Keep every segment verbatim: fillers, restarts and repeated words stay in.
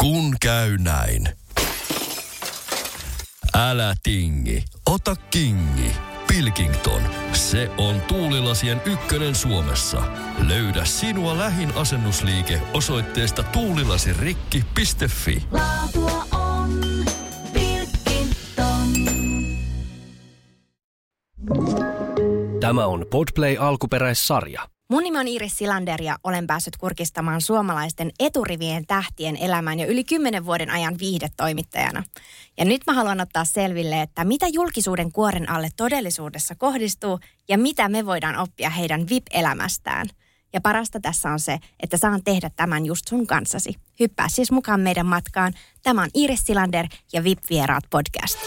Kun käy näin. Älä tingi, ota kingi. Pilkington, se on tuulilasien ykkönen Suomessa. Löydä sinua lähin asennusliike osoitteesta tuulilasirikki piste fi. Laatua on Pilkington. Tämä on Podplay alkuperäissarja. Mun nimi on Iiris Silander ja olen päässyt kurkistamaan suomalaisten eturivien tähtien elämään jo yli kymmenen vuoden ajan viihdetoimittajana. Ja nyt mä haluan ottaa selville, että mitä julkisuuden kuoren alle todellisuudessa kohdistuu ja mitä me voidaan oppia heidän V I P-elämästään. Ja parasta tässä on se, että saan tehdä tämän just sun kanssasi. Hyppää siis mukaan meidän matkaan. Tämä on Iiris Silander ja V I P-vieraat podcast.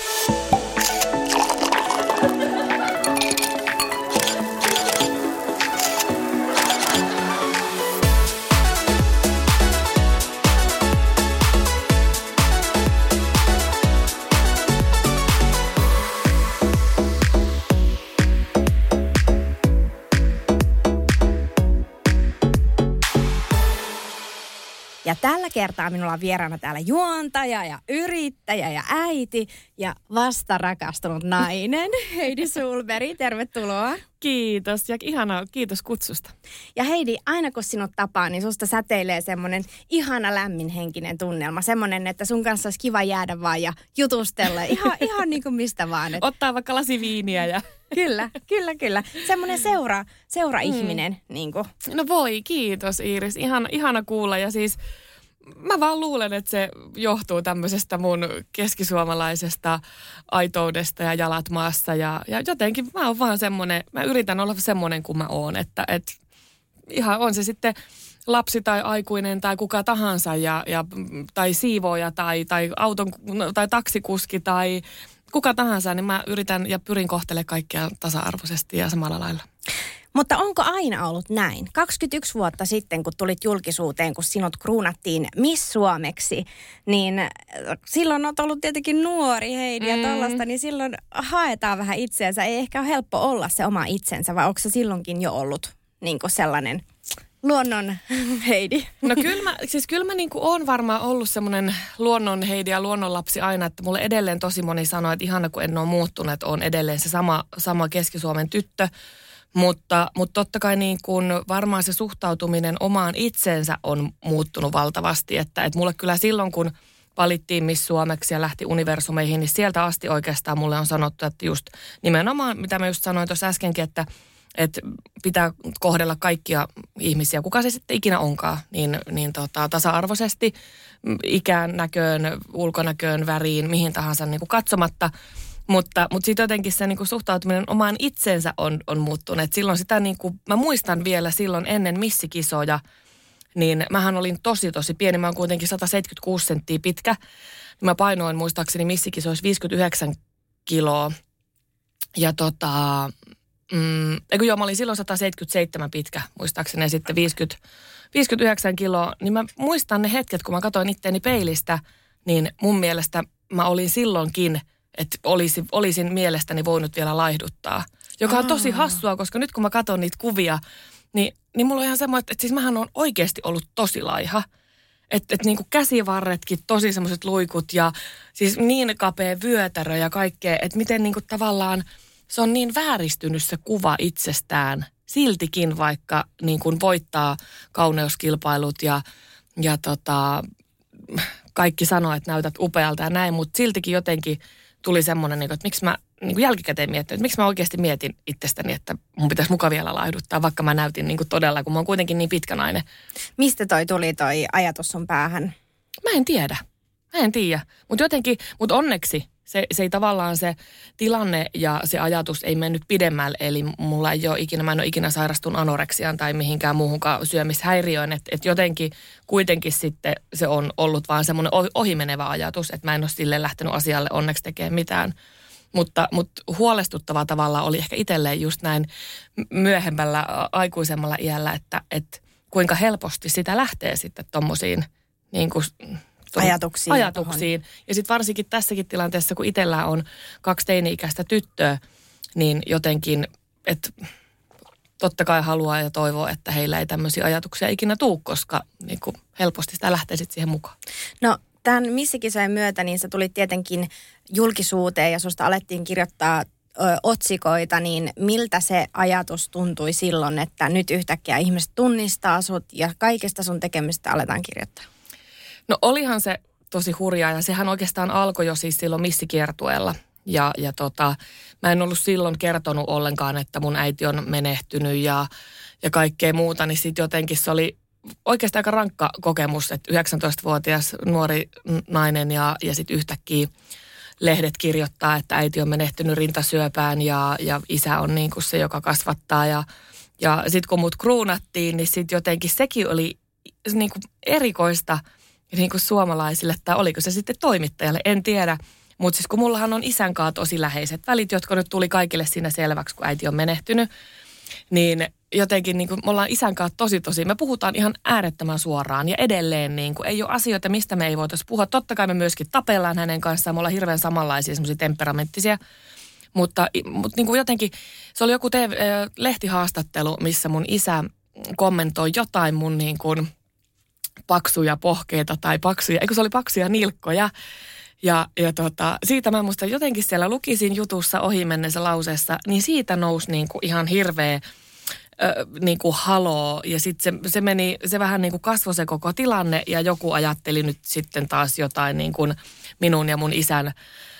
Ja tällä kertaa minulla on vieraana täällä juontaja ja yrittäjä ja äiti ja vasta rakastunut nainen, Heidi Sulberg. Tervetuloa. Kiitos ja ihanaa, kiitos kutsusta. Ja Heidi, aina kun sinut tapaa, niin susta säteilee semmoinen ihana lämminhenkinen tunnelma. Semmoinen, että sun kanssa olisi kiva jäädä vaan ja jutustella. Ihan, ihan niin kuin mistä vaan. Että... Ottaa vaikka lasi viiniä ja... Kyllä, kyllä, kyllä. Semmoinen seura, seura-ihminen. Mm. Niin kuin. No voi, kiitos Iiris. Ihan, ihana kuulla ja siis mä vaan luulen, että se johtuu tämmöisestä mun keskisuomalaisesta aitoudesta ja jalat maassa. Ja, ja jotenkin mä oon vaan semmoinen, mä yritän olla semmoinen kuin mä oon, että et, ihan on se sitten lapsi tai aikuinen tai kuka tahansa ja, ja, tai siivooja tai, tai auton tai taksikuski tai... Kuka tahansa, niin mä yritän ja pyrin kohtelemaan kaikkia tasa-arvoisesti ja samalla lailla. Mutta onko aina ollut näin? kaksikymmentäyksi vuotta sitten, kun tulit julkisuuteen, kun sinut kruunattiin Miss Suomeksi, niin silloin olet ollut tietenkin nuori Heidi ja mm. tollaista, niin silloin haetaan vähän itseensä. Ei ehkä ole helppo olla se oma itsensä, vai onko se silloinkin jo ollut niin kuin sellainen... Luonnon Heidi. No kyllä mä, siis kyllä mä niin kuin oon varmaan ollut semmoinen luonnon Heidi ja luonnonlapsi aina, että mulle edelleen tosi moni sanoo, että ihana kun en ole muuttunut, että on edelleen se sama, sama Keski-Suomen tyttö. Mutta, mutta totta kai niin kuin varmaan se suhtautuminen omaan itseensä on muuttunut valtavasti, että, että mulle kyllä silloin kun valittiin Miss Suomeksi ja lähti universumeihin, niin sieltä asti oikeastaan mulle on sanottu, että just nimenomaan, mitä mä just sanoin tuossa äskenkin, että että pitää kohdella kaikkia ihmisiä, kuka se sitten ikinä onkaan, niin, niin tota, tasa-arvoisesti ikään, näköön, ulkonäköön, väriin, mihin tahansa niin kuin katsomatta. Mutta, mutta sitten jotenkin se niin kuin suhtautuminen omaan itsensä on, on muuttunut. Et silloin sitä, niin kuin, mä muistan vielä silloin ennen missikisoja, niin mähän olin tosi tosi pieni. Mä oon kuitenkin sata seitsemänkymmentäkuusi senttiä pitkä. Mä painoin muistaakseni missikisoissa viisikymmentäyhdeksän kiloa. Ja tota... Mm, eikö joo, mä olin silloin sata seitsemänkymmentäseitsemän pitkä, muistaakseni, ja sitten viisikymmentä, viisikymmentäyhdeksän kiloa. Niin mä muistan ne hetket, kun mä katsoin itteeni peilistä, niin mun mielestä mä olin silloinkin, että olisin, olisin mielestäni voinut vielä laihduttaa. Joka on tosi hassua, koska nyt kun mä katson niitä kuvia, niin, niin mulla on ihan semmoinen, että, että siis mähän on oikeasti ollut tosi laiha. Että et niinku käsivarretkin, tosi semmoiset luikut ja siis niin kapea vyötärö ja kaikkea, että miten niinku tavallaan... Se on niin vääristynyt se kuva itsestään, siltikin vaikka niin kuin voittaa kauneuskilpailut ja, ja tota, kaikki sanoo, että näytät upealta ja näin, mutta siltikin jotenkin tuli semmoinen, että miksi mä niin kuin jälkikäteen mietin, että miksi mä oikeasti mietin itsestäni, että mun pitäisi muka vielä laihduttaa, vaikka mä näytin niin kuin todella, kun mä oon kuitenkin niin pitkä nainen. Mistä toi tuli toi ajatus sun päähän? Mä en tiedä. Mä en tiedä. Mutta jotenkin, mutta onneksi se, se ei tavallaan se tilanne ja se ajatus ei mennyt pidemmälle. Eli mulla ei ole ikinä, mä en ole ikinä sairastunut anoreksiaan tai mihinkään muuhunkaan syömishäiriöön. Että et jotenkin kuitenkin sitten se on ollut vaan semmoinen ohimenevä ajatus, että mä en ole sille lähtenyt asialle onneksi tekemään mitään. Mutta, mutta huolestuttava tavalla oli ehkä itselleen just näin myöhemmällä aikuisemmalla iällä, että, että kuinka helposti sitä lähtee sitten tommosiin niin kuin ajatuksiin. ajatuksiin. Ja sitten varsinkin tässäkin tilanteessa, kun itsellään on kaksi teini-ikäistä tyttöä, niin jotenkin, että totta kai haluaa ja toivoo, että heillä ei tämmöisiä ajatuksia ikinä tule, koska niin kuin helposti sitä lähtee sitten siihen mukaan. No tämän missikisojen myötä niin sä tulit tietenkin julkisuuteen ja susta alettiin kirjoittaa ö, otsikoita, niin miltä se ajatus tuntui silloin, että nyt yhtäkkiä ihmiset tunnistaa sut ja kaikesta sun tekemistä aletaan kirjoittaa? No olihan se tosi hurjaa ja sehän oikeastaan alkoi jo siis silloin missikiertueella. Ja, ja tota, mä en ollut silloin kertonut ollenkaan, että mun äiti on menehtynyt ja, ja kaikkea muuta, niin sitten jotenkin se oli oikeastaan aika rankka kokemus, että yhdeksäntoistavuotias nuori nainen ja, ja sitten yhtäkkiä lehdet kirjoittaa, että äiti on menehtynyt rintasyöpään ja, ja isä on niin kuin se, joka kasvattaa. Ja, ja sitten kun mut kruunattiin, niin sitten jotenkin sekin oli niin kuin erikoista niin kuin suomalaisille, tai oliko se sitten toimittajalle, en tiedä. Mutta siis kun mullahan on isän kanssa tosi läheiset välit, jotka nyt tuli kaikille siinä selväksi, kun äiti on menehtynyt, niin jotenkin niin kuin me ollaan isän kanssa tosi tosi, me puhutaan ihan äärettömän suoraan ja edelleen niin kuin ei ole asioita, mistä me ei voitaisiin puhua. Totta kai me myöskin tapellaan hänen kanssaan, me ollaan hirveän samanlaisia, semmoisia temperamenttisia, mutta, mutta niin kuin jotenkin se oli joku T V, lehtihaastattelu, missä mun isä kommentoi jotain mun niin kuin paksuja pohkeita tai paksuja, eikö se oli paksuja nilkkoja. Ja, ja tota, siitä mä muistan jotenkin siellä lukisin jutussa ohimennessä lauseessa, niin siitä nousi niin kuin ihan hirveä ö, niin kuin haloo. Ja sitten se, se meni, se vähän niin kuin kasvoi se koko tilanne ja joku ajatteli nyt sitten taas jotain niin kuin minun ja mun isän,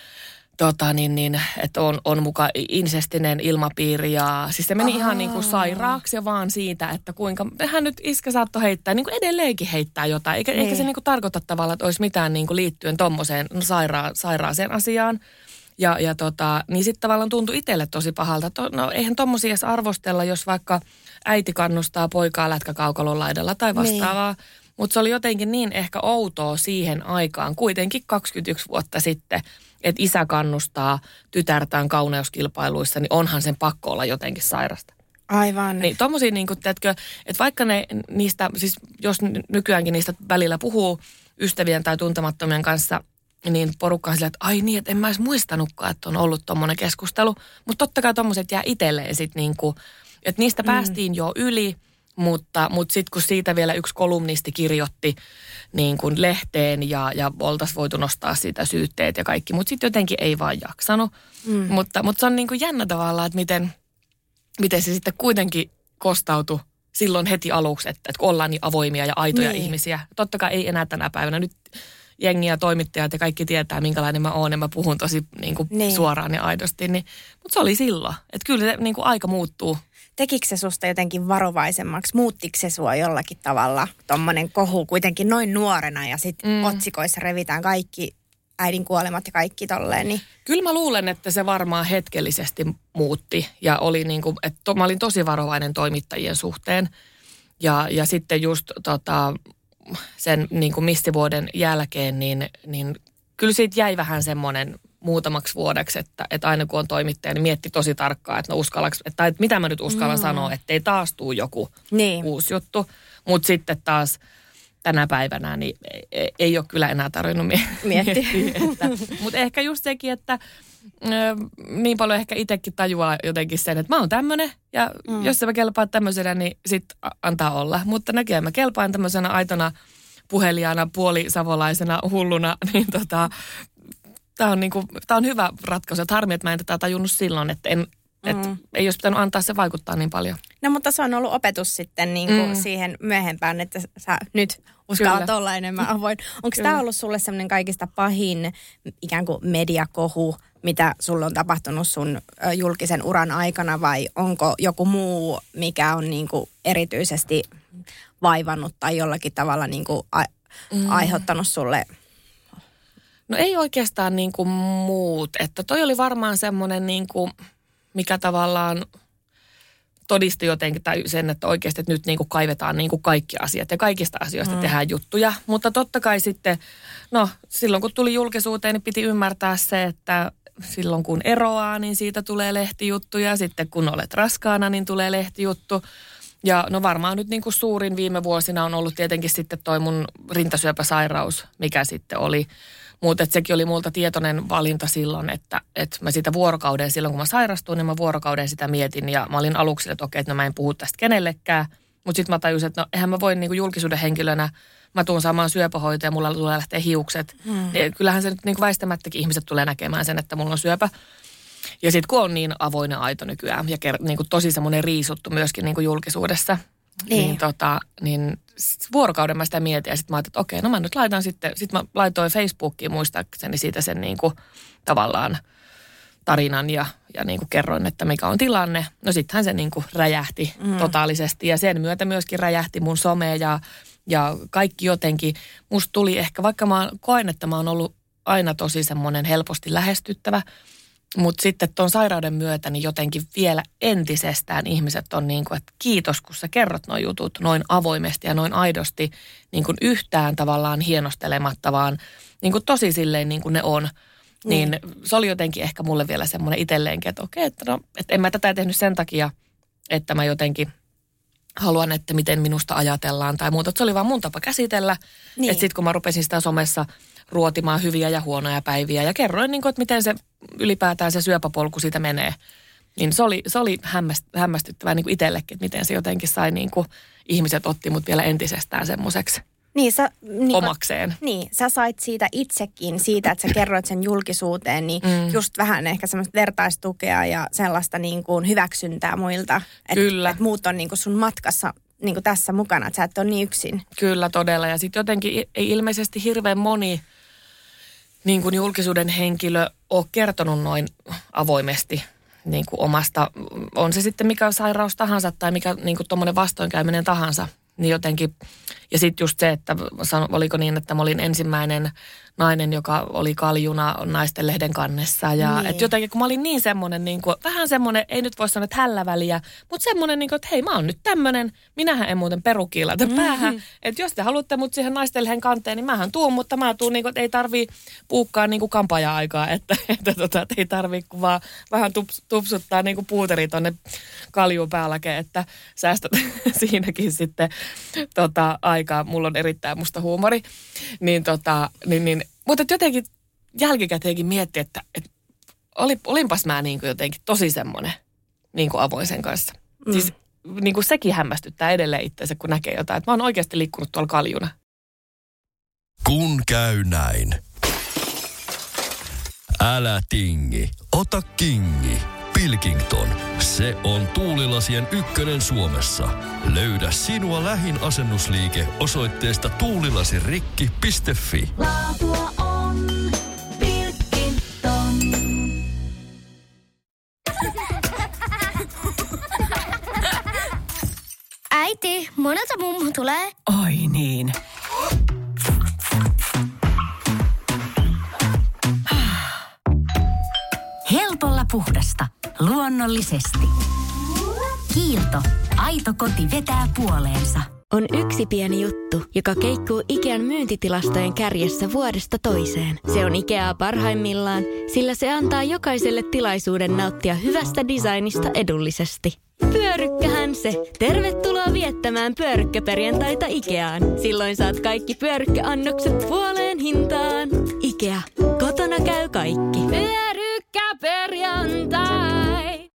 tota niin, niin että on, on muka insestinen ilmapiiri ja siis se meni Aha. ihan niin kuin sairaaksi ja vaan siitä, että kuinka, hän nyt iskä saattoi heittää, niin kuin edelleenkin heittää jotain, eikä, eikä se niin kuin tarkoita tavallaan, että olisi mitään niin kuin liittyen tommoseen saira- sairaaseen asiaan. Ja, ja tota, niin sitten tavallaan tuntui itselle tosi pahalta, että no eihän tommosia edes arvostella, jos vaikka äiti kannustaa poikaa lätkäkaukalon laidalla tai vastaavaa. Niin. Mutta se oli jotenkin niin ehkä outoa siihen aikaan, kuitenkin kaksikymmentäyksi vuotta sitten, että isä kannustaa tytärtään kauneuskilpailuissa, niin onhan sen pakko olla jotenkin sairasta. Aivan. Niin tommosia niin kuin, teetkö, että vaikka ne niistä, siis jos nykyäänkin niistä välillä puhuu ystävien tai tuntemattomien kanssa, niin porukka on silleen, että ai niin, että en mä edes muistanutkaan, että on ollut tommoinen keskustelu. Mutta totta kai tommoset jää itselleen sitten niin kuin, että niistä mm. päästiin jo yli. Mutta, mutta sitten kun siitä vielä yksi kolumnisti kirjoitti niin kuin lehteen ja, ja oltaisiin voitu nostaa siitä syytteet ja kaikki, mutta sitten jotenkin ei vaan jaksanut. Mm. Mutta, mutta se on niin kuin jännä tavallaan, että miten, miten se sitten kuitenkin kostautui silloin heti aluksi, että, että kun ollaan niin avoimia ja aitoja niin. ihmisiä. Totta kai ei enää tänä päivänä. Nyt jengi ja toimittajat ja kaikki tietää, minkälainen mä oon ja mä puhun tosi niin kuin niin. suoraan ja aidosti. Niin, mutta se oli silloin. Että kyllä se niin kuin aika muuttuu. Tekikö se susta jotenkin varovaisemmaksi? Muuttiko se sua jollakin tavalla tommonen kohu kuitenkin noin nuorena ja sitten mm. otsikoissa revitään kaikki äidin kuolemat ja kaikki tolleen? Niin. Kyllä mä luulen, että se varmaan hetkellisesti muutti ja oli niin kuin, että to, mä olin tosi varovainen toimittajien suhteen. Ja, ja sitten just tota, sen niin kuin missivuoden jälkeen, niin, niin kyllä siitä jäi vähän semmoinen muutamaksi vuodeksi, että, että aina kun on toimittaja, niin mietti tosi tarkkaan, että no uskallaks, että, että mitä mä nyt uskallan mm. sanoa, ettei taas tuu joku niin. uusi juttu. Mutta sitten taas tänä päivänä niin ei, ei ole kyllä enää tarvinnut miettiä. Mutta ehkä just sekin, että ö, niin paljon ehkä itsekin tajuaa jotenkin sen, että mä oon tämmönen ja mm. jos mä kelpaan tämmöisenä, niin sit antaa olla. Mutta näköjään mä kelpaan tämmöisenä aitona puhelijana, puolisavolaisena hulluna, niin tota... Tämä on, niinku, tämä on hyvä ratkaisu. Että harmi, että mä en tätä tajunnut silloin, että en, mm. et, ei olisi pitänyt antaa se vaikuttaa niin paljon. No mutta se on ollut opetus sitten niinku mm. siihen myöhempään, että sä nyt uskallat olla enemmän avoin. Onko tämä ollut sulle semmoinen kaikista pahin ikään kuin mediakohu, mitä sulla on tapahtunut sun julkisen uran aikana vai onko joku muu, mikä on niinku erityisesti vaivannut tai jollakin tavalla niinku a- mm. aiheuttanut sulle... No ei oikeastaan niin kuin muut, että toi oli varmaan semmoinen niin kuin, mikä tavallaan todisti jotenkin tai sen, että oikeasti että nyt niin kuin kaivetaan niin kuin kaikki asiat ja kaikista asioista mm. tehdään juttuja. Mutta totta kai sitten, no silloin kun tuli julkisuuteen, niin piti ymmärtää se, että silloin kun eroaa, niin siitä tulee lehtijuttuja. Sitten kun olet raskaana, niin tulee lehtijuttu. Ja no varmaan nyt niin kuin suurin viime vuosina on ollut tietenkin sitten toi mun rintasyöpäsairaus, mikä sitten oli. Mutta sekin oli multa tietoinen valinta silloin, että, että mä sitä vuorokauden, silloin kun mä sairastuin, niin mä vuorokauden sitä mietin. Ja mä olin aluksi, että okei, että no mä en puhu tästä kenellekään. Mutta sitten mä tajusin, että no eihän mä voi niinku julkisuuden henkilönä mä tuun saamaan syöpähoitoa ja mulla tulee lähteä hiukset. Hmm. Niin kyllähän se nyt niin kuin väistämättäkin ihmiset tulee näkemään sen, että mulla on syöpä. Ja sitten kun on niin avoin ja aito nykyään ja ker- niin kuin tosi semmoinen riisuttu myöskin niin kuin julkisuudessa, niin, niin, tota, niin vuorokauden mä sitä mietin ja sitten mä ajattelin, että okei, no mä nyt laitan sitten, sitten mä laitoin Facebookiin muistaakseni siitä sen niin kuin tavallaan tarinan ja, ja niin kuin kerroin, että mikä on tilanne. No sittenhän se niin kuin räjähti mm. totaalisesti ja sen myötä myöskin räjähti mun some ja, ja kaikki jotenkin. Musta tuli ehkä, vaikka mä koen, että mä oon ollut aina tosi semmoinen helposti lähestyttävä, mutta sitten tuon sairauden myötä niin jotenkin vielä entisestään ihmiset on niin kuin, että kiitos kun sä kerrot nuo jutut noin avoimesti ja noin aidosti niin kuin yhtään tavallaan hienostelematta, vaan niin kuin tosi silleen niin kuin ne on. Niin, niin se oli jotenkin ehkä mulle vielä semmoinen itselleenkin, että okei, että no, että en mä tätä tehnyt sen takia, että mä jotenkin haluan, että miten minusta ajatellaan tai muuta. Se oli vaan mun tapa käsitellä, niin. Että sitten kun mä rupesin sitä somessa ruotimaan hyviä ja huonoja päiviä ja kerroin, niin kuin, että miten se ylipäätään se syöpäpolku siitä menee, niin se oli, se oli hämmästyttävää niin kuin itsellekin, että miten se jotenkin sai niin kuin ihmiset otti mut vielä entisestään semmoiseksi. Niin, sä, niin, omakseen. Niin, sä sait siitä itsekin, siitä, että sä kerroit sen julkisuuteen, niin mm. just vähän ehkä semmoista vertaistukea ja sellaista niin kuin hyväksyntää muilta. Kyllä. Että muut on niin kuin sun matkassa niin kuin tässä mukana, että sä et ole niin yksin. Kyllä, todella. Ja sitten jotenkin ei ilmeisesti hirveän moni niin kuin julkisuuden henkilö ole kertonut noin avoimesti niin kuin omasta, on se sitten mikä sairaus tahansa tai mikä niin kuin tommoinen vastoinkäyminen tahansa. Niin jotenkin, ja sitten just se, että oliko niin, että mä olin ensimmäinen nainen, joka oli kaljuna naisten lehden kannessa. Ja niin. Että jotenkin, kun mä olin niin semmoinen, niin kuin, vähän semmoinen, ei nyt voi sanoa, että hälläväliä, mutta semmoinen, niin kuin, että hei, mä oon nyt tämmöinen, minähän en muuten perukiilata mm-hmm. päähän. Että jos te haluatte mut siihen naisten lehden kanteen, niin mähän tuun, mutta mä tuun, niin kuin, että ei tarvii puukkaa niin kuin kampaaja-aikaa, että, että, tota, että ei tarvii kun vaan vähän tups, tupsuttaa niin kuin puuteri tonne kaljuun päälläke, että säästät siinäkin sitten tota, aikaa. Mulla on erittäin musta huumori. Niin, tota, niin, niin, mutta jotenkin jälkikäteenkin mietti, että et, oli, olinpas mä niin kuin jotenkin tosi semmoinen niin kuin avoin sen kanssa. Mm. Siis niin kuin sekin hämmästyttää edelleen itseänsä, kun näkee jotain. Että mä oon oikeasti liikkunut tuolla kaljuna. Kun käy näin. Älä tingi, ota kingi. Pilkington, se on tuulilasien ykkönen Suomessa. Löydä sinua lähin asennusliike osoitteesta tuulilasirikki piste fi. Laatua on Pilkington. Äiti, monelta mummu tulee? Oi niin. Helpolla puhdasta. Luonnollisesti. Kiilto. Aito koti vetää puoleensa. On yksi pieni juttu, joka keikkuu Ikean myyntitilastojen kärjessä vuodesta toiseen. Se on Ikeaa parhaimmillaan, sillä se antaa jokaiselle tilaisuuden nauttia hyvästä designista edullisesti. Pyörykkähän se. Tervetuloa viettämään pyörykkäperjantaita Ikeaan. Silloin saat kaikki pyörykkäannokset puoleen hintaan. Ikea. Kotona käy kaikki. Pyörykkäperjantai.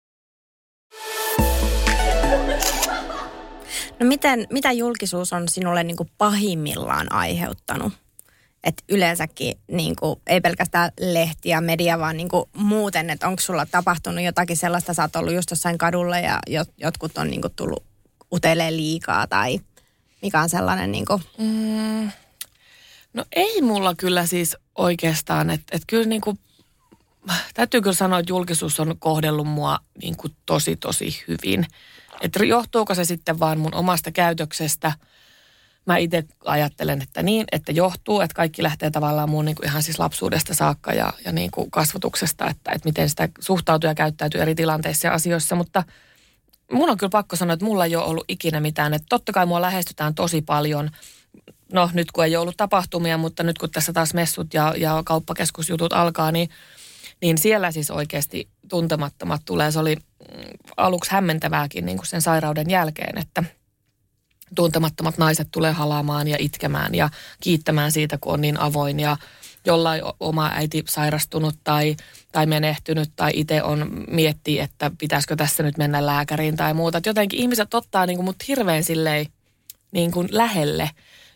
No miten, mitä julkisuus on sinulle niin kuin pahimmillaan aiheuttanut? Että yleensäkin niin kuin, ei pelkästään lehti ja media, vaan niin kuin muuten, että onko sulla tapahtunut jotakin sellaista, sä oot ollut just jossain kadulla ja jot, jotkut on niin kuin tullut utelee liikaa tai mikä on sellainen niin kuin... Mm, no ei mulla kyllä siis oikeastaan, että et kyllä niin kuin, täytyy kyllä sanoa, että julkisuus on kohdellut mua niin kuin tosi tosi hyvin. Että johtuuko se sitten vaan mun omasta käytöksestä? Mä itse ajattelen, että niin, että johtuu, että kaikki lähtee tavallaan mun niin kuin ihan siis lapsuudesta saakka ja, ja niin kuin kasvatuksesta, että, että miten sitä suhtautuu ja käyttäytyy eri tilanteissa ja asioissa. Mutta mun on kyllä pakko sanoa, että mulla ei ole ollut ikinä mitään. Että totta kai mua lähestytään tosi paljon. No nyt kun ei ole ollut tapahtumia, mutta nyt kun tässä taas messut ja, ja kauppakeskusjutut alkaa, niin, niin siellä siis oikeasti tuntemattomat tulee. Se oli aluksi hämmentävääkin niin kuin sen sairauden jälkeen, että tuntemattomat naiset tulee halaamaan ja itkemään ja kiittämään siitä, kun on niin avoin ja jollain oma äiti sairastunut tai, tai menehtynyt tai itse on miettii, että pitäisikö tässä nyt mennä lääkäriin tai muuta. Et jotenkin ihmiset ottaa niin kuin mut hirveän silleen niin kuin lähelle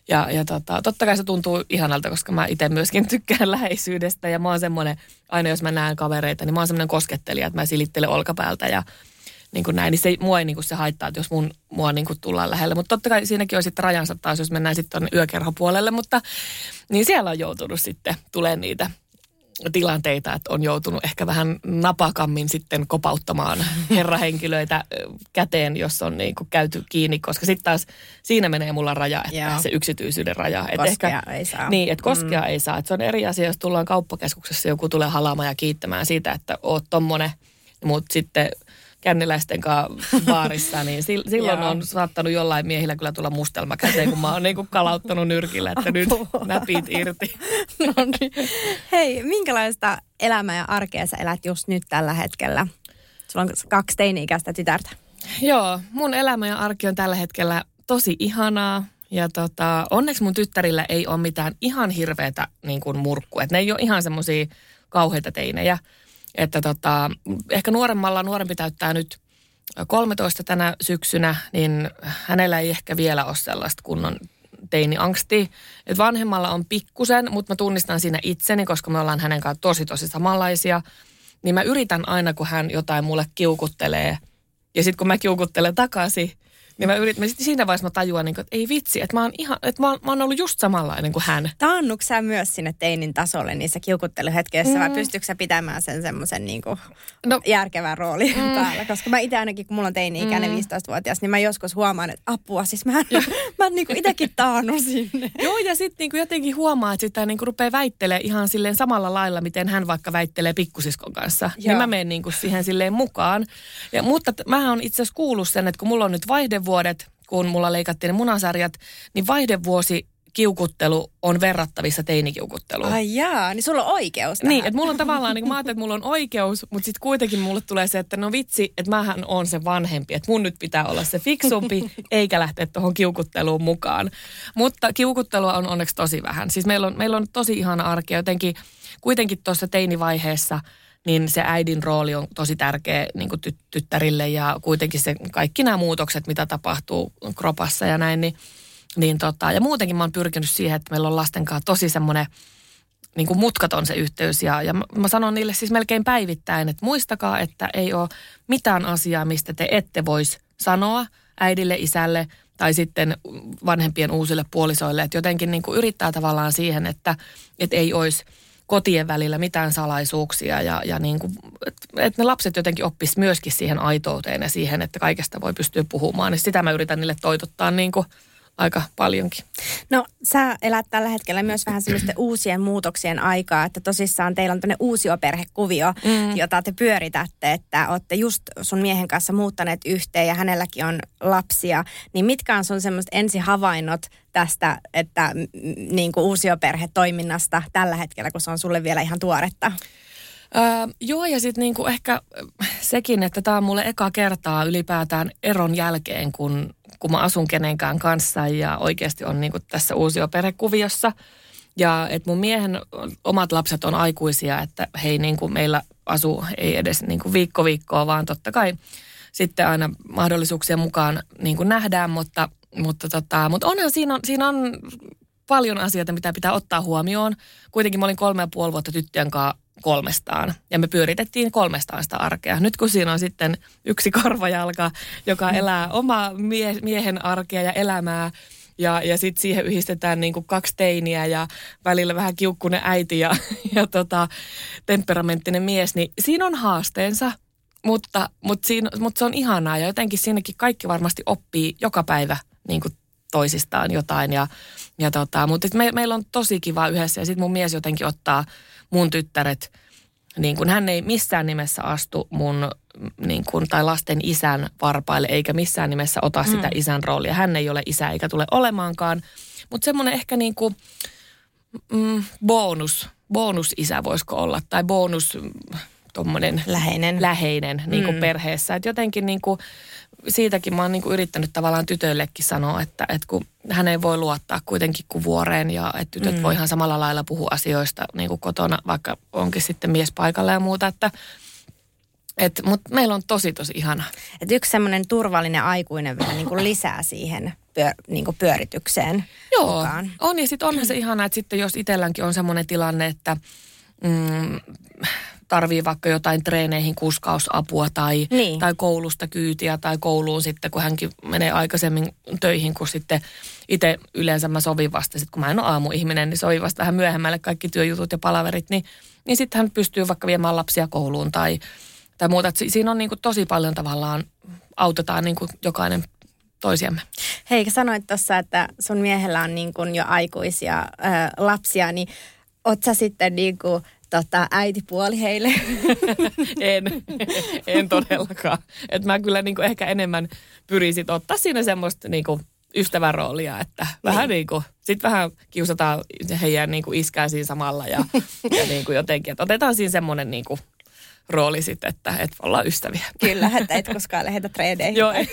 Ja, ja tota, totta kai se tuntuu ihanalta, koska mä itse myöskin tykkään läheisyydestä ja mä oon semmoinen, aina jos mä näen kavereita, niin mä oon semmoinen koskettelija, että mä silittelen olkapäältä ja niin kuin näin, niin se, mua ei niin kuin se haittaa, että jos mun, mua niin kuin tullaan lähelle. Mutta totta kai siinäkin on sitten rajansa taas, jos mennään sitten tuonne yökerhopuolelle, mutta niin siellä on joutunut sitten tulemaan niitä tilanteita, että on joutunut ehkä vähän napakammin sitten kopauttamaan herrahenkilöitä käteen, jos on niin kuin käyty kiinni, koska sitten taas siinä menee mulla raja, että Joo. se yksityisyyden raja. Koskea ehkä, ei saa. Niin, että koskea mm. ei saa. Että se on eri asia, jos tullaan kauppakeskuksessa, joku tulee halaamaan ja kiittämään siitä, että oot tommonen, mutta sitten känniläisten kanssa baarissa, niin silloin on saattanut jollain miehillä kyllä tulla mustelma käteen, kun mä oon niinku kalauttanut nyrkillä, että nyt näpit irti. No niin. Hei, minkälaista elämää ja arkea sä elät just nyt tällä hetkellä? Sulla on kaksi teini-ikäistä tytärtä. Joo, mun elämä ja arki on tällä hetkellä tosi ihanaa. Ja tota, onneksi mun tyttärillä ei ole mitään ihan hirveätä niin kuin murkkua. Et ne ei ole ihan semmosia kauheita teinejä. Että tota, ehkä nuoremmalla, nuorempi täyttää nyt kolmetoista tänä syksynä, niin hänellä ei ehkä vielä ole sellaista kunnon teiniangstia. Että vanhemmalla on pikkusen, mutta mä tunnistan siinä itseni, koska me ollaan hänen kanssaan tosi tosi samanlaisia. Niin mä yritän aina, kun hän jotain mulle kiukuttelee. Ja sitten kun mä kiukuttelen takaisin, niin mä yritän, mä siinä vaiheessa mä tajuan, että ei vitsi, että mä oon, ihan, että mä oon, mä oon ollut just samanlainen kuin hän. Taannuks sä myös sinne teinin tasolle niissä kiukutteluhetkeissä mm. vai pystytkö sä pitämään sen semmoisen niin kuin no. järkevän roolin mm. päällä? Koska mä itse ainakin, kun mulla on teini-ikäinen mm. viisitoistavuotias, niin mä joskus huomaan, että apua, siis mä, mä niin kuin itsekin taannut sinne. Joo, ja sitten niin kuin jotenkin huomaa, että sitä niin kuin rupeaa väittelemään ihan silleen samalla lailla, miten hän vaikka väittelee pikkusiskon kanssa. Joo. Niin mä menen niin kuin siihen silleen mukaan. Ja, mutta mähän on itse asiassa kuullut sen, että kun mulla on nyt vaihdevuodet, kun mulla leikattiin ne munasarjat, niin vaihdevuosi kiukuttelu on verrattavissa teinikiukutteluun. Ai jaa, niin sulla on oikeus tähän. Niin, että mulla on tavallaan, niin mä ajattelin, että mulla on oikeus, mutta sitten kuitenkin mulle tulee se, että no vitsi, että mähän on se vanhempi, että mun nyt pitää olla se fiksumpi, eikä lähteä tuohon kiukutteluun mukaan. Mutta kiukuttelua on onneksi tosi vähän. Siis meillä on, meillä on tosi ihana arki, jotenkin kuitenkin tuossa teinivaiheessa, niin se äidin rooli on tosi tärkeä niin kuin ty- tyttärille ja kuitenkin se kaikki nämä muutokset, mitä tapahtuu kropassa ja näin, niin, niin tota, ja muutenkin mä oon pyrkinyt siihen, että meillä on lasten kanssa tosi semmoinen niin kuin mutkaton se yhteys ja, ja mä, mä sanon niille siis melkein päivittäin, että muistakaa, että ei ole mitään asiaa, mistä te ette voisi sanoa äidille, isälle tai sitten vanhempien uusille puolisoille, että jotenkin niin kuin yrittää tavallaan siihen, että, että ei olisi kotien välillä mitään salaisuuksia ja, ja niin kuin, että ne lapset jotenkin oppis myöskin siihen aitouteen ja siihen, että kaikesta voi pystyä puhumaan. Ja sitä mä yritän niille toitottaa niin kuin aika paljonkin. No sä elät tällä hetkellä myös vähän semmoisten uusien muutoksien aikaa, että tosissaan teillä on tämmöinen uusioperhekuvio, mm. jota te pyöritätte, että olette just sun miehen kanssa muuttaneet yhteen ja hänelläkin on lapsia. Niin mitkä on sun semmoiset ensihavainnot tästä, että niin kuin uusioperhetoiminnasta tällä hetkellä, kun se on sulle vielä ihan tuoretta? Öö, joo, ja sitten niinku ehkä sekin, että tämä on mulle eka kertaa ylipäätään eron jälkeen, kun, kun mä asun kenenkään kanssa ja oikeasti on niinku tässä uusioperhekuviossa. Ja että mun miehen omat lapset on aikuisia, että he ei niinku meillä asu, ei edes niinku viikko viikkoa, vaan totta kai sitten aina mahdollisuuksien mukaan niinku nähdään, mutta, mutta, tota, mutta onhan siinä on, siinä on paljon asioita, mitä pitää ottaa huomioon. Kuitenkin mä olin kolme ja puoli vuotta tyttöjen kanssa kolmestaan. Ja me pyöritettiin kolmestaan sitä arkea. Nyt kun siinä on sitten yksi korvajalka, joka elää omaa mie- miehen arkea ja elämää, ja, ja sitten siihen yhdistetään niin kuin kaksi teiniä ja välillä vähän kiukkunen äiti ja, ja tota, temperamenttinen mies, niin siinä on haasteensa, mutta, mutta, siinä, mutta se on ihanaa. Ja jotenkin siinäkin kaikki varmasti oppii joka päivä niin kuin toisistaan jotain. Ja, ja tota, mutta me, meillä on tosi kiva yhdessä ja sitten mun mies jotenkin ottaa mun tyttäret, niin kun hän ei missään nimessä astu mun niin kun, tai lasten isän varpaille, eikä missään nimessä ota sitä mm. isän roolia. Hän ei ole isä eikä tule olemaankaan. Mutta semmoinen ehkä niin kuin mm, bonus, bonusisä voisiko olla, tai bonus tommonen läheinen, läheinen niin kuin mm. perheessä. Et jotenkin niin kuin, siitäkin mä oon niin kuin yrittänyt tavallaan tytöillekin sanoa, että, että kun hän ei voi luottaa kuitenkin kuvuoreen ja että tytöt mm. voi ihan samalla lailla puhua asioista niin kuin kotona, vaikka onkin sitten mies paikalla ja muuta, että, Et, mutta meillä on tosi tosi ihanaa. Et yksi semmoinen turvallinen aikuinen vähän niin kuin lisää siihen pyör, niin kuin pyöritykseen Joo, mukaan. On ja sitten onhan se ihanaa, että sitten jos itselläänkin on semmoinen tilanne, että mm, tarvii vaikka jotain treeneihin kuskausapua tai, niin. tai koulusta kyytiä tai kouluun sitten, kun hänkin menee aikaisemmin töihin, kun sitten itse yleensä mä sovin vasta, sit kun mä en ole aamuihminen, niin sovin vasta vähän myöhemmälle kaikki työjutut ja palaverit, niin, niin sitten hän pystyy vaikka viemään lapsia kouluun tai, tai muuta. Et siinä on niin kuin tosi paljon tavallaan, autetaan niin kuin jokainen toisiamme. Hei, sanoit tuossa, että sun miehellä on niin kuin jo aikuisia ö, lapsia, niin oot sä sitten niin kuin Tota, äitipuoli heille? en, en todellakaan. Et mä kyllä niinku ehkä enemmän pyrisin ottaa siinä semmoista niinku ystävän roolia, että vähän niin kuin, sitten vähän kiusataan heidän niinku iskää siinä samalla ja, ja niinku jotenkin, että otetaan siinä semmoinen niinku rooli sitten, että, että ollaan ystäviä. Kyllä, että et koskaan lähetä treeneihin. Joo, en.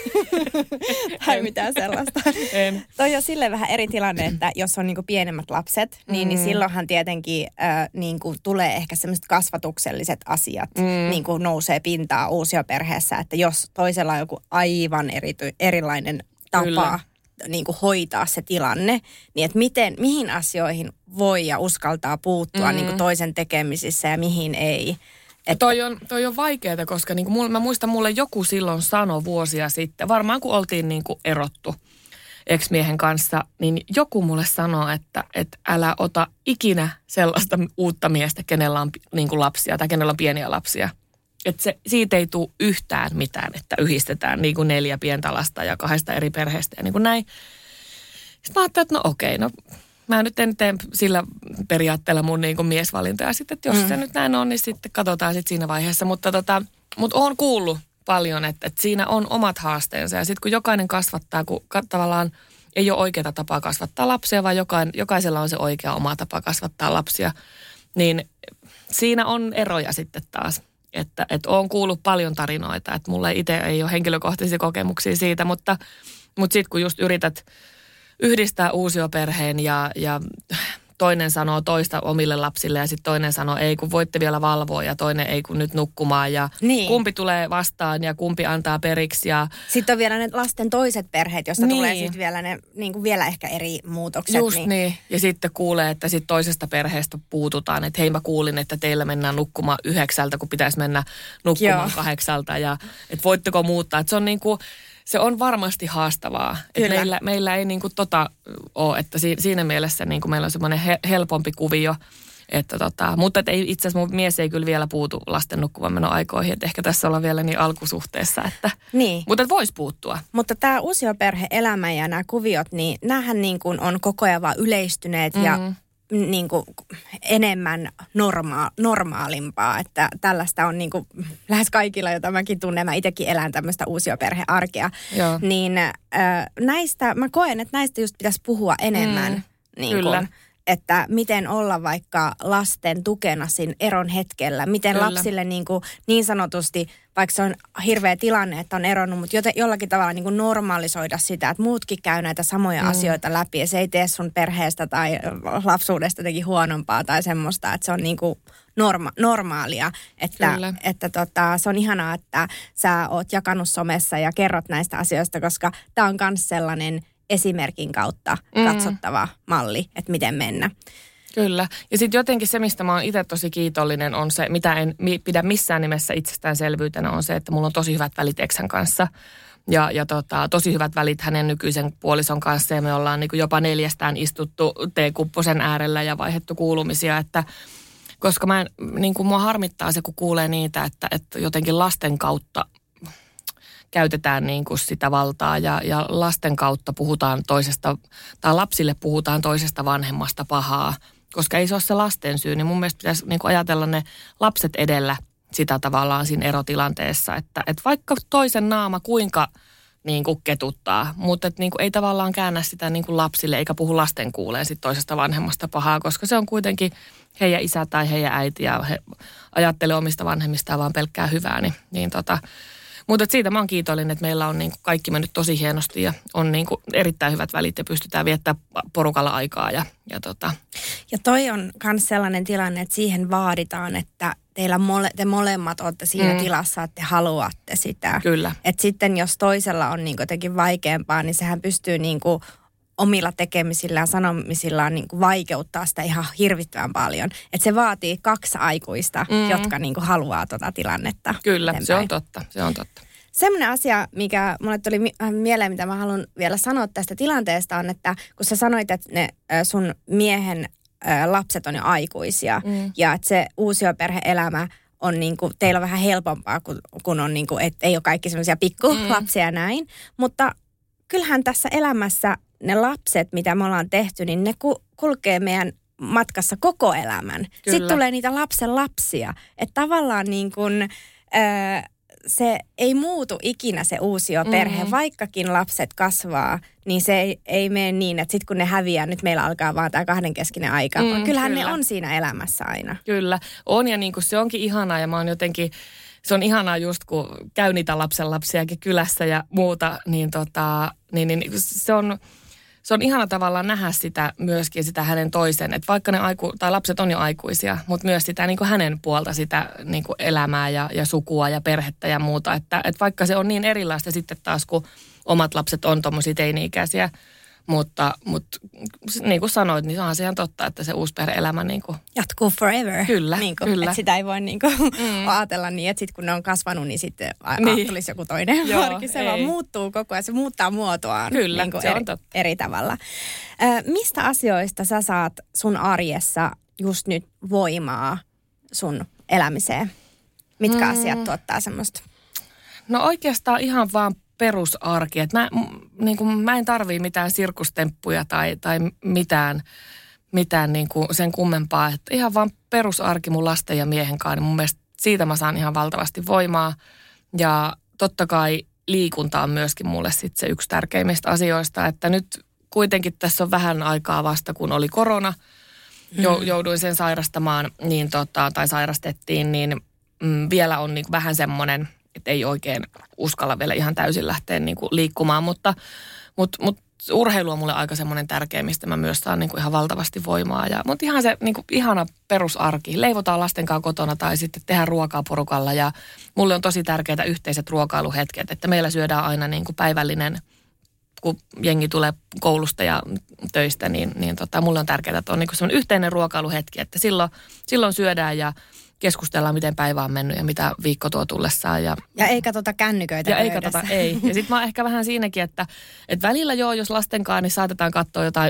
Tai mitään sellaista. En. Toi on silleen vähän eri tilanne, että jos on niinku pienemmät lapset, niin, mm. niin silloinhan tietenkin äh, niinku tulee ehkä semmoiset kasvatukselliset asiat mm. niinku nousee pintaa uusioperheessä, että jos toisella on joku aivan erity, erilainen tapa Kyllä. niinku hoitaa se tilanne, niin että miten, mihin asioihin voi ja uskaltaa puuttua mm. niinku toisen tekemisissä ja mihin ei. Että toi on, toi on vaikeaa, koska niinku mulle, mä muistan, mulle joku silloin sanoi vuosia sitten, varmaan kun oltiin niinku erottu ex-miehen kanssa, niin joku mulle sanoi, että, että älä ota ikinä sellaista uutta miestä, kenellä on niinku lapsia tai kenellä on pieniä lapsia. Että se, siitä ei tule yhtään mitään, että yhdistetään niinku neljä pientä lasta ja kahdesta eri perheestä ja niin kuin näin. Sitten mä ajattelin, että no okei, no mä nyt en tee sillä periaatteella mun niin kuin miesvalintoja sitten, että jos mm. se nyt näin on, niin sitten katsotaan sitten siinä vaiheessa. Mutta tota, mut oon kuullut paljon, että, että siinä on omat haasteensa. Ja sitten kun jokainen kasvattaa, kun tavallaan ei ole oikeaa tapaa kasvattaa lapsia, vaan jokain, jokaisella on se oikea oma tapa kasvattaa lapsia, niin siinä on eroja sitten taas. Että, että oon kuullut paljon tarinoita, että mulle itse ei ole henkilökohtaisia kokemuksia siitä, mutta, mutta sitten kun just yrität yhdistää uusioperheen ja, ja toinen sanoo toista omille lapsille ja sitten toinen sanoo ei kun voitte vielä valvoa ja toinen ei kun nyt nukkumaan ja niin. kumpi tulee vastaan ja kumpi antaa periksi. Ja sitten on vielä ne lasten toiset perheet, josta niin. tulee sitten vielä ne niin kuin vielä ehkä eri muutokset. Just niin. niin. Ja sitten kuulee, että sitten toisesta perheestä puututaan, että hei mä kuulin, että teillä mennään nukkumaan yhdeksältä, kun pitäisi mennä nukkumaan Joo. kahdeksalta ja että voitteko muuttaa. Että se on niin kuin se on varmasti haastavaa. Että meillä, meillä ei niinku tota ole, että si, siinä mielessä niinku meillä on semmoinen he, helpompi kuvio. Että tota, mutta et ei, itse asiassa mun mies ei kyllä vielä puutu lasten nukkuvanmenoaikoihin. Että ehkä tässä ollaan vielä niin alkusuhteessa. Että, niin. Mutta voisi puuttua. Mutta tämä uusioperhe-elämä ja nämä kuviot, niin näähän niin kuin on koko ajan vaan yleistyneet mm. ja niin kuin enemmän norma- normaalimpaa, että tällaista on niin kuin lähes kaikilla, jota mäkin tunnen, mä itsekin elän tämmöistä uusioperhearkea, Joo. niin äh, näistä, mä koen, että näistä just pitäisi puhua enemmän, mm, niin kuin, että miten olla vaikka lasten tukena siinä eron hetkellä, miten kyllä. lapsille niin, kuin, niin sanotusti, vaikka se on hirveä tilanne, että on eronnut, mutta joten, jollakin tavalla niin kuin normalisoida sitä, että muutkin käy näitä samoja mm. asioita läpi ja se ei tee sun perheestä tai lapsuudesta jotenkin huonompaa tai semmoista, että se on niin kuin norma- normaalia, että, että tota, se on ihanaa, että sä oot jakanut somessa ja kerrot näistä asioista, koska tää on myös sellainen esimerkin kautta katsottava mm. malli, että miten mennä. Kyllä. Ja sitten jotenkin se, mistä mä oon itse tosi kiitollinen, on se, mitä en pidä missään nimessä itsestäänselvyytenä, on se, että mulla on tosi hyvät välit eksän kanssa. Ja, ja tota, tosi hyvät välit hänen nykyisen puolison kanssa. Ja me ollaan niin kuin jopa neljästään istuttu teekupposen äärellä ja vaihdettu kuulumisia, että koska mä en, niin kuin mua harmittaa se, kun kuulee niitä, että, että jotenkin lasten kautta käytetään niin kuin sitä valtaa ja, ja lasten kautta puhutaan toisesta, tai lapsille puhutaan toisesta vanhemmasta pahaa, koska ei se ole se lasten syy, niin mun mielestä pitäisi niin kuin ajatella ne lapset edellä sitä tavallaan siinä erotilanteessa, että, että vaikka toisen naama kuinka niin kuin ketuttaa, mutta että niin kuin ei tavallaan käännä sitä niin kuin lapsille eikä puhu lasten kuuleen sit toisesta vanhemmasta pahaa, koska se on kuitenkin heidän isä tai heidän äiti ja he ajattelee omista vanhemmistaan vaan pelkkää hyvää, niin, niin tota mutta siitä mä oon kiitollinen, että meillä on niin kuin kaikki mennyt tosi hienosti ja on niin kuin erittäin hyvät välit ja pystytään viettämään porukalla aikaa. Ja, ja, tota. ja toi on myös sellainen tilanne, että siihen vaaditaan, että teillä mole, te molemmat olette siinä Mm. tilassa, että te haluatte sitä. Kyllä. Että sitten jos toisella on niin kuin jotenkin vaikeampaa, niin sehän pystyy niin kuin omilla tekemisillään, sanomisillaan niin kuin vaikeuttaa sitä ihan hirvittävän paljon. Että se vaatii kaksi aikuista, Mm. jotka niin kuin haluaa tota tilannetta. Kyllä, eteenpäin. se on totta, se on totta. Semmoinen asia, mikä mulle tuli mi- äh, mieleen, mitä mä haluan vielä sanoa tästä tilanteesta on, että kun sä sanoit, että ne äh, sun miehen äh, lapset on jo aikuisia mm. ja että se uusioperhe-elämä on niinku, teillä on vähän helpompaa, kun, kun on niinku, että ei ole kaikki semmoisia pikkulapsia ja näin. Mutta kyllähän tässä elämässä ne lapset, mitä me ollaan tehty, niin ne ku- kulkee meidän matkassa koko elämän. Kyllä. Sitten tulee niitä lapsen lapsia. Että tavallaan niin kuin, äh, se ei muutu ikinä se uusioperhe, mm-hmm. vaikkakin lapset kasvaa, niin se ei, ei mene niin, että sitten kun ne häviää, nyt meillä alkaa vaan tämä kahdenkeskinen aika. Mm, Kyllähän kyllä. ne on siinä elämässä aina. Kyllä, on ja niin kuin se onkin ihanaa ja mä oon jotenkin, se on ihanaa just kun käy niitä lapsenlapsiakin kylässä ja muuta, niin, tota, niin, niin se on... Se on ihana tavallaan nähdä sitä myöskin sitä hänen toisen, että vaikka ne aiku, tai lapset on jo aikuisia, mutta myös sitä niin kuin hänen puolta sitä niin kuin elämää ja, ja sukua ja perhettä ja muuta. Että, että vaikka se on niin erilaista sitten taas, kun omat lapset on tommosia teini-ikäisiä, mutta, mutta niin kuin sanoit, niin onhan se ihan totta, että se uusperhe-elämä niin kuin... jatkuu forever. Kyllä, niin kuin, kyllä. Että sitä ei voi niin kuin mm. ajatella niin, että sitten kun ne on kasvanut, niin sitten a- niin. tulisi joku toinen Joo, arki. Se vaan muuttuu koko ajan, se muuttaa muotoaan kyllä, niin kuin se eri, on totta. eri tavalla. Ö, mistä asioista sä saat sun arjessa just nyt voimaa sun elämiseen? Mitkä mm. asiat tuottaa semmoista? No oikeastaan ihan vaan perusarki. Että mä, niin kuin, mä en tarvii mitään sirkustemppuja tai, tai mitään, mitään niin kuin sen kummempaa. Että ihan vaan perusarki mun lasten ja miehen kanssa. Niin mun mielestä siitä mä saan ihan valtavasti voimaa. Ja totta kai liikunta on myöskin mulle sit se yksi tärkeimmistä asioista. Että nyt kuitenkin tässä on vähän aikaa vasta, kun oli korona. Jouduin sen sairastamaan niin tota, tai sairastettiin, niin mm, vielä on niin vähän semmoinen... että ei oikein uskalla vielä ihan täysin lähteä niin kuin liikkumaan, mutta, mutta, mutta urheilu on mulle aika semmoinen tärkeä, mistä mä myös saan niin kuin ihan valtavasti voimaa. Ja, mutta ihan se niin kuin ihana perusarki. Leivotaan lasten kanssa kotona tai sitten tehdään ruokaa porukalla ja mulle on tosi tärkeää yhteiset ruokailuhetket, että meillä syödään aina niin kuin päivällinen, kun jengi tulee koulusta ja töistä, niin, niin tota, mulle on tärkeää, että on niin kuin semmoinen yhteinen ruokailuhetki, että silloin, silloin syödään ja keskustellaan, miten päivä on mennyt ja mitä viikko tuo tullessaan. Ja, ja ei katsota kännyköitä Ja pöydässä. ei katsota, ei. Ja sitten mä oon ehkä vähän siinäkin, että, että välillä joo, jos lasten kanssa, niin saatetaan katsoa jotain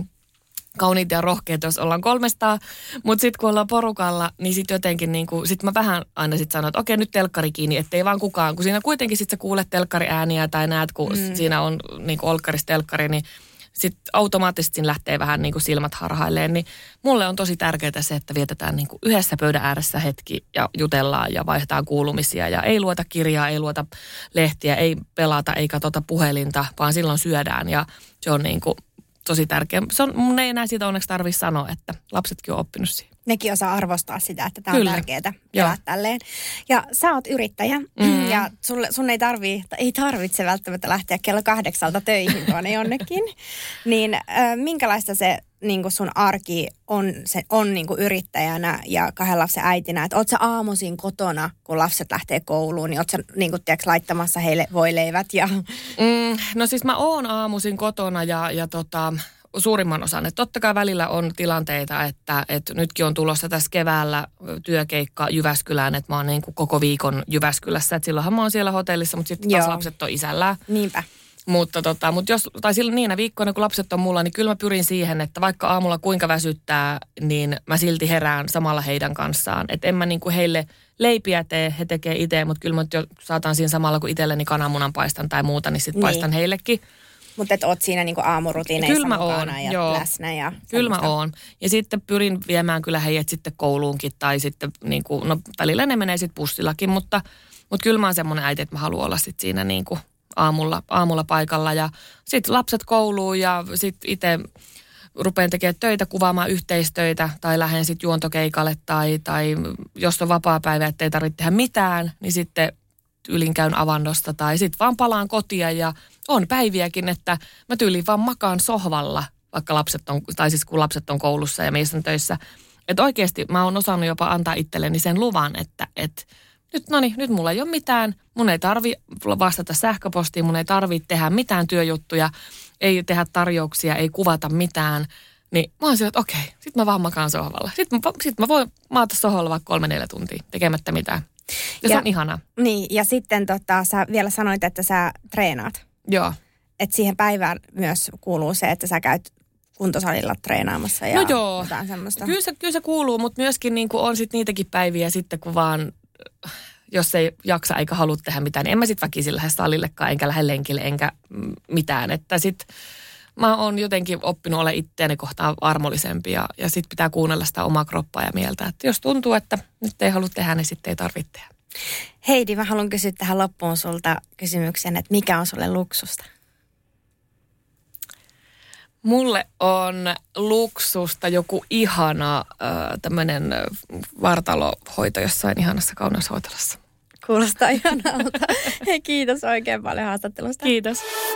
kauniita ja rohkeita, jos ollaan kolmestaan. Mutta sitten kun ollaan porukalla, niin sitten jotenkin niin kuin, sit mä vähän aina sitten sanon, että okei, nyt telkkari kiinni, ettei vaan kukaan. Kun siinä kuitenkin sitten sä kuulet telkkariääniä tai näet, kun mm. siinä on niin kuin olkkarissa telkkari, niin sitten automaattisesti siinä lähtee vähän niin kuin silmät harhailleen, niin mulle on tosi tärkeää se, että vietetään niin kuin yhdessä pöydän ääressä hetki ja jutellaan ja vaihdetaan kuulumisia ja ei lueta kirjaa, ei lueta lehtiä, ei pelata, ei katsota puhelinta, vaan silloin syödään ja se on niin kuin tosi tärkeä. Se on, mun ei enää siitä onneksi tarvitse sanoa, että lapsetkin on oppinut siihen. Nekin osaa arvostaa sitä, että tämä on Kyllä. tärkeää elää tälleen. Ja sä oot yrittäjä mm-hmm. ja sulle, sun ei, tarvii, ei tarvitse välttämättä lähteä kello kahdeksalta töihin tuonne jonnekin. Niin äh, minkälaista se niin kuin sun arki on, se, on niin kuin yrittäjänä ja kahden lapsen äitinä? Että oot sä aamuisin kotona, kun lapset lähtee kouluun, niin oot sä niin kuin, tiiäks, laittamassa heille voileivät? Ja... Mm, no siis mä oon aamuisin kotona ja, ja tota... suurimman osan. Että totta kai välillä on tilanteita, että, että nytkin on tulossa tässä keväällä työkeikka Jyväskylään, että mä oon niin kuin koko viikon Jyväskylässä. Että silloinhan mä oon siellä hotellissa, mutta sitten taas lapset on isällään. Niinpä. Mutta, tota, mutta jos, tai silloin niinä viikkoina, kun lapset on mulla, niin kyllä mä pyrin siihen, että vaikka aamulla kuinka väsyttää, niin mä silti herään samalla heidän kanssaan. Että en mä niin kuin heille leipiä tee, he tekee itse, mutta kyllä mä jo saatan siinä samalla, kun itselleni kananmunan paistan tai muuta, niin sitten niin. paistan heillekin. Mutta että oot siinä niinku aamurutiineissa kyllä mukana oon, ja joo. läsnä. Ja kyllä mä oon. Ja sitten pyrin viemään kyllä heidät sitten kouluunkin tai sitten niinku, no välillä ne menee sitten bussillakin, mutta, mutta kyllä mä oon semmoinen äiti, että mä haluan olla sitten siinä niinku aamulla, aamulla paikalla. Ja sitten lapset kouluun ja sitten itse rupean tekemään töitä, kuvaamaan yhteistöitä tai lähden sitten juontokeikalle tai, tai jos on vapaa-päivä, ettei tarvitse tehdä mitään, niin sitten tyylin käyn avannosta tai sitten vaan palaan kotia ja on päiviäkin, että mä tyyliin vaan makaan sohvalla, vaikka lapset on, tai siis kun lapset on koulussa ja meissä on töissä, Että oikeasti mä oon osannut jopa antaa itselleni sen luvan, että et, nyt, no niin, nyt mulla ei ole mitään. Mun ei tarvi vastata sähköpostiin, mun ei tarvi tehdä mitään työjuttuja, ei tehdä tarjouksia, ei kuvata mitään. Niin mä oon sillä, että okei, sit mä vaan makaan sohvalla. Sitten mä, sit mä voin maata sohvalla vaikka kolme neljä tuntia tekemättä mitään. Ja, ja se on ihanaa. Niin, ja sitten tota, sä vielä sanoit, että sä treenaat. Joo. Että siihen päivään myös kuuluu se, että sä käyt kuntosalilla treenaamassa ja no joo. jotain semmoista. Kyllä se, kyllä se kuuluu, mutta myöskin niin kuin on sit niitäkin päiviä sitten, kun vaan, jos ei jaksa eikä halua tehdä mitään, niin en mä sit väkisin lähde salillekaan, enkä lähde lenkille, enkä mitään. Että sit mä oon jotenkin oppinut ole itseäni kohtaan armollisempi ja, ja sit pitää kuunnella sitä omaa kroppaa ja mieltä. Että jos tuntuu, että nyt ei halua tehdä, niin sitten ei tarvitse tehdä. Heidi, mä haluan kysyä tähän loppuun sulta kysymyksen, että mikä on sulle luksusta? Mulle on luksusta joku ihana äh, tämmöinen vartalohoito jossain ihanassa kauneushoitolassa. Kuulostaa ihanalta. Hei, kiitos oikein paljon haastattelusta. Kiitos.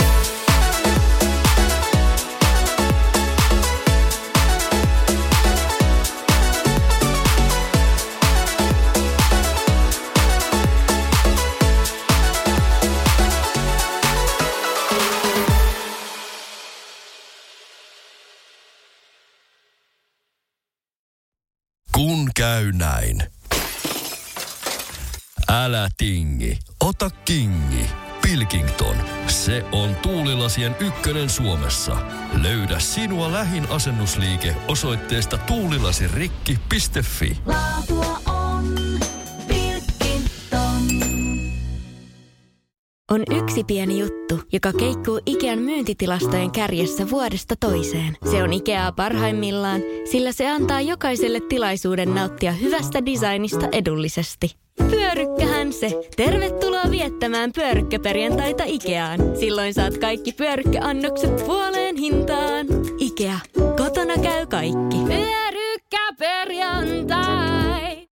Kun käy näin. Älä tingi, ota kingi. Pilkington, se on tuulilasien ykkönen Suomessa. Löydä sinua lähin asennusliike osoitteesta tuulilasirikki piste fi. Laatua on Pilkington. On yksi pieni juttu, joka keikkuu Ikean myyntitilastojen kärjessä vuodesta toiseen. Se on Ikeaa parhaimmillaan, sillä se antaa jokaiselle tilaisuuden nauttia hyvästä designista edullisesti. Pyörykkähän se! Tervetuloa viettämään pyörykkäperjantaita Ikeaan. Silloin saat kaikki pyörykkäannokset puoleen hintaan. Ikea. Kotona käy kaikki. Pyörykkäperjantai!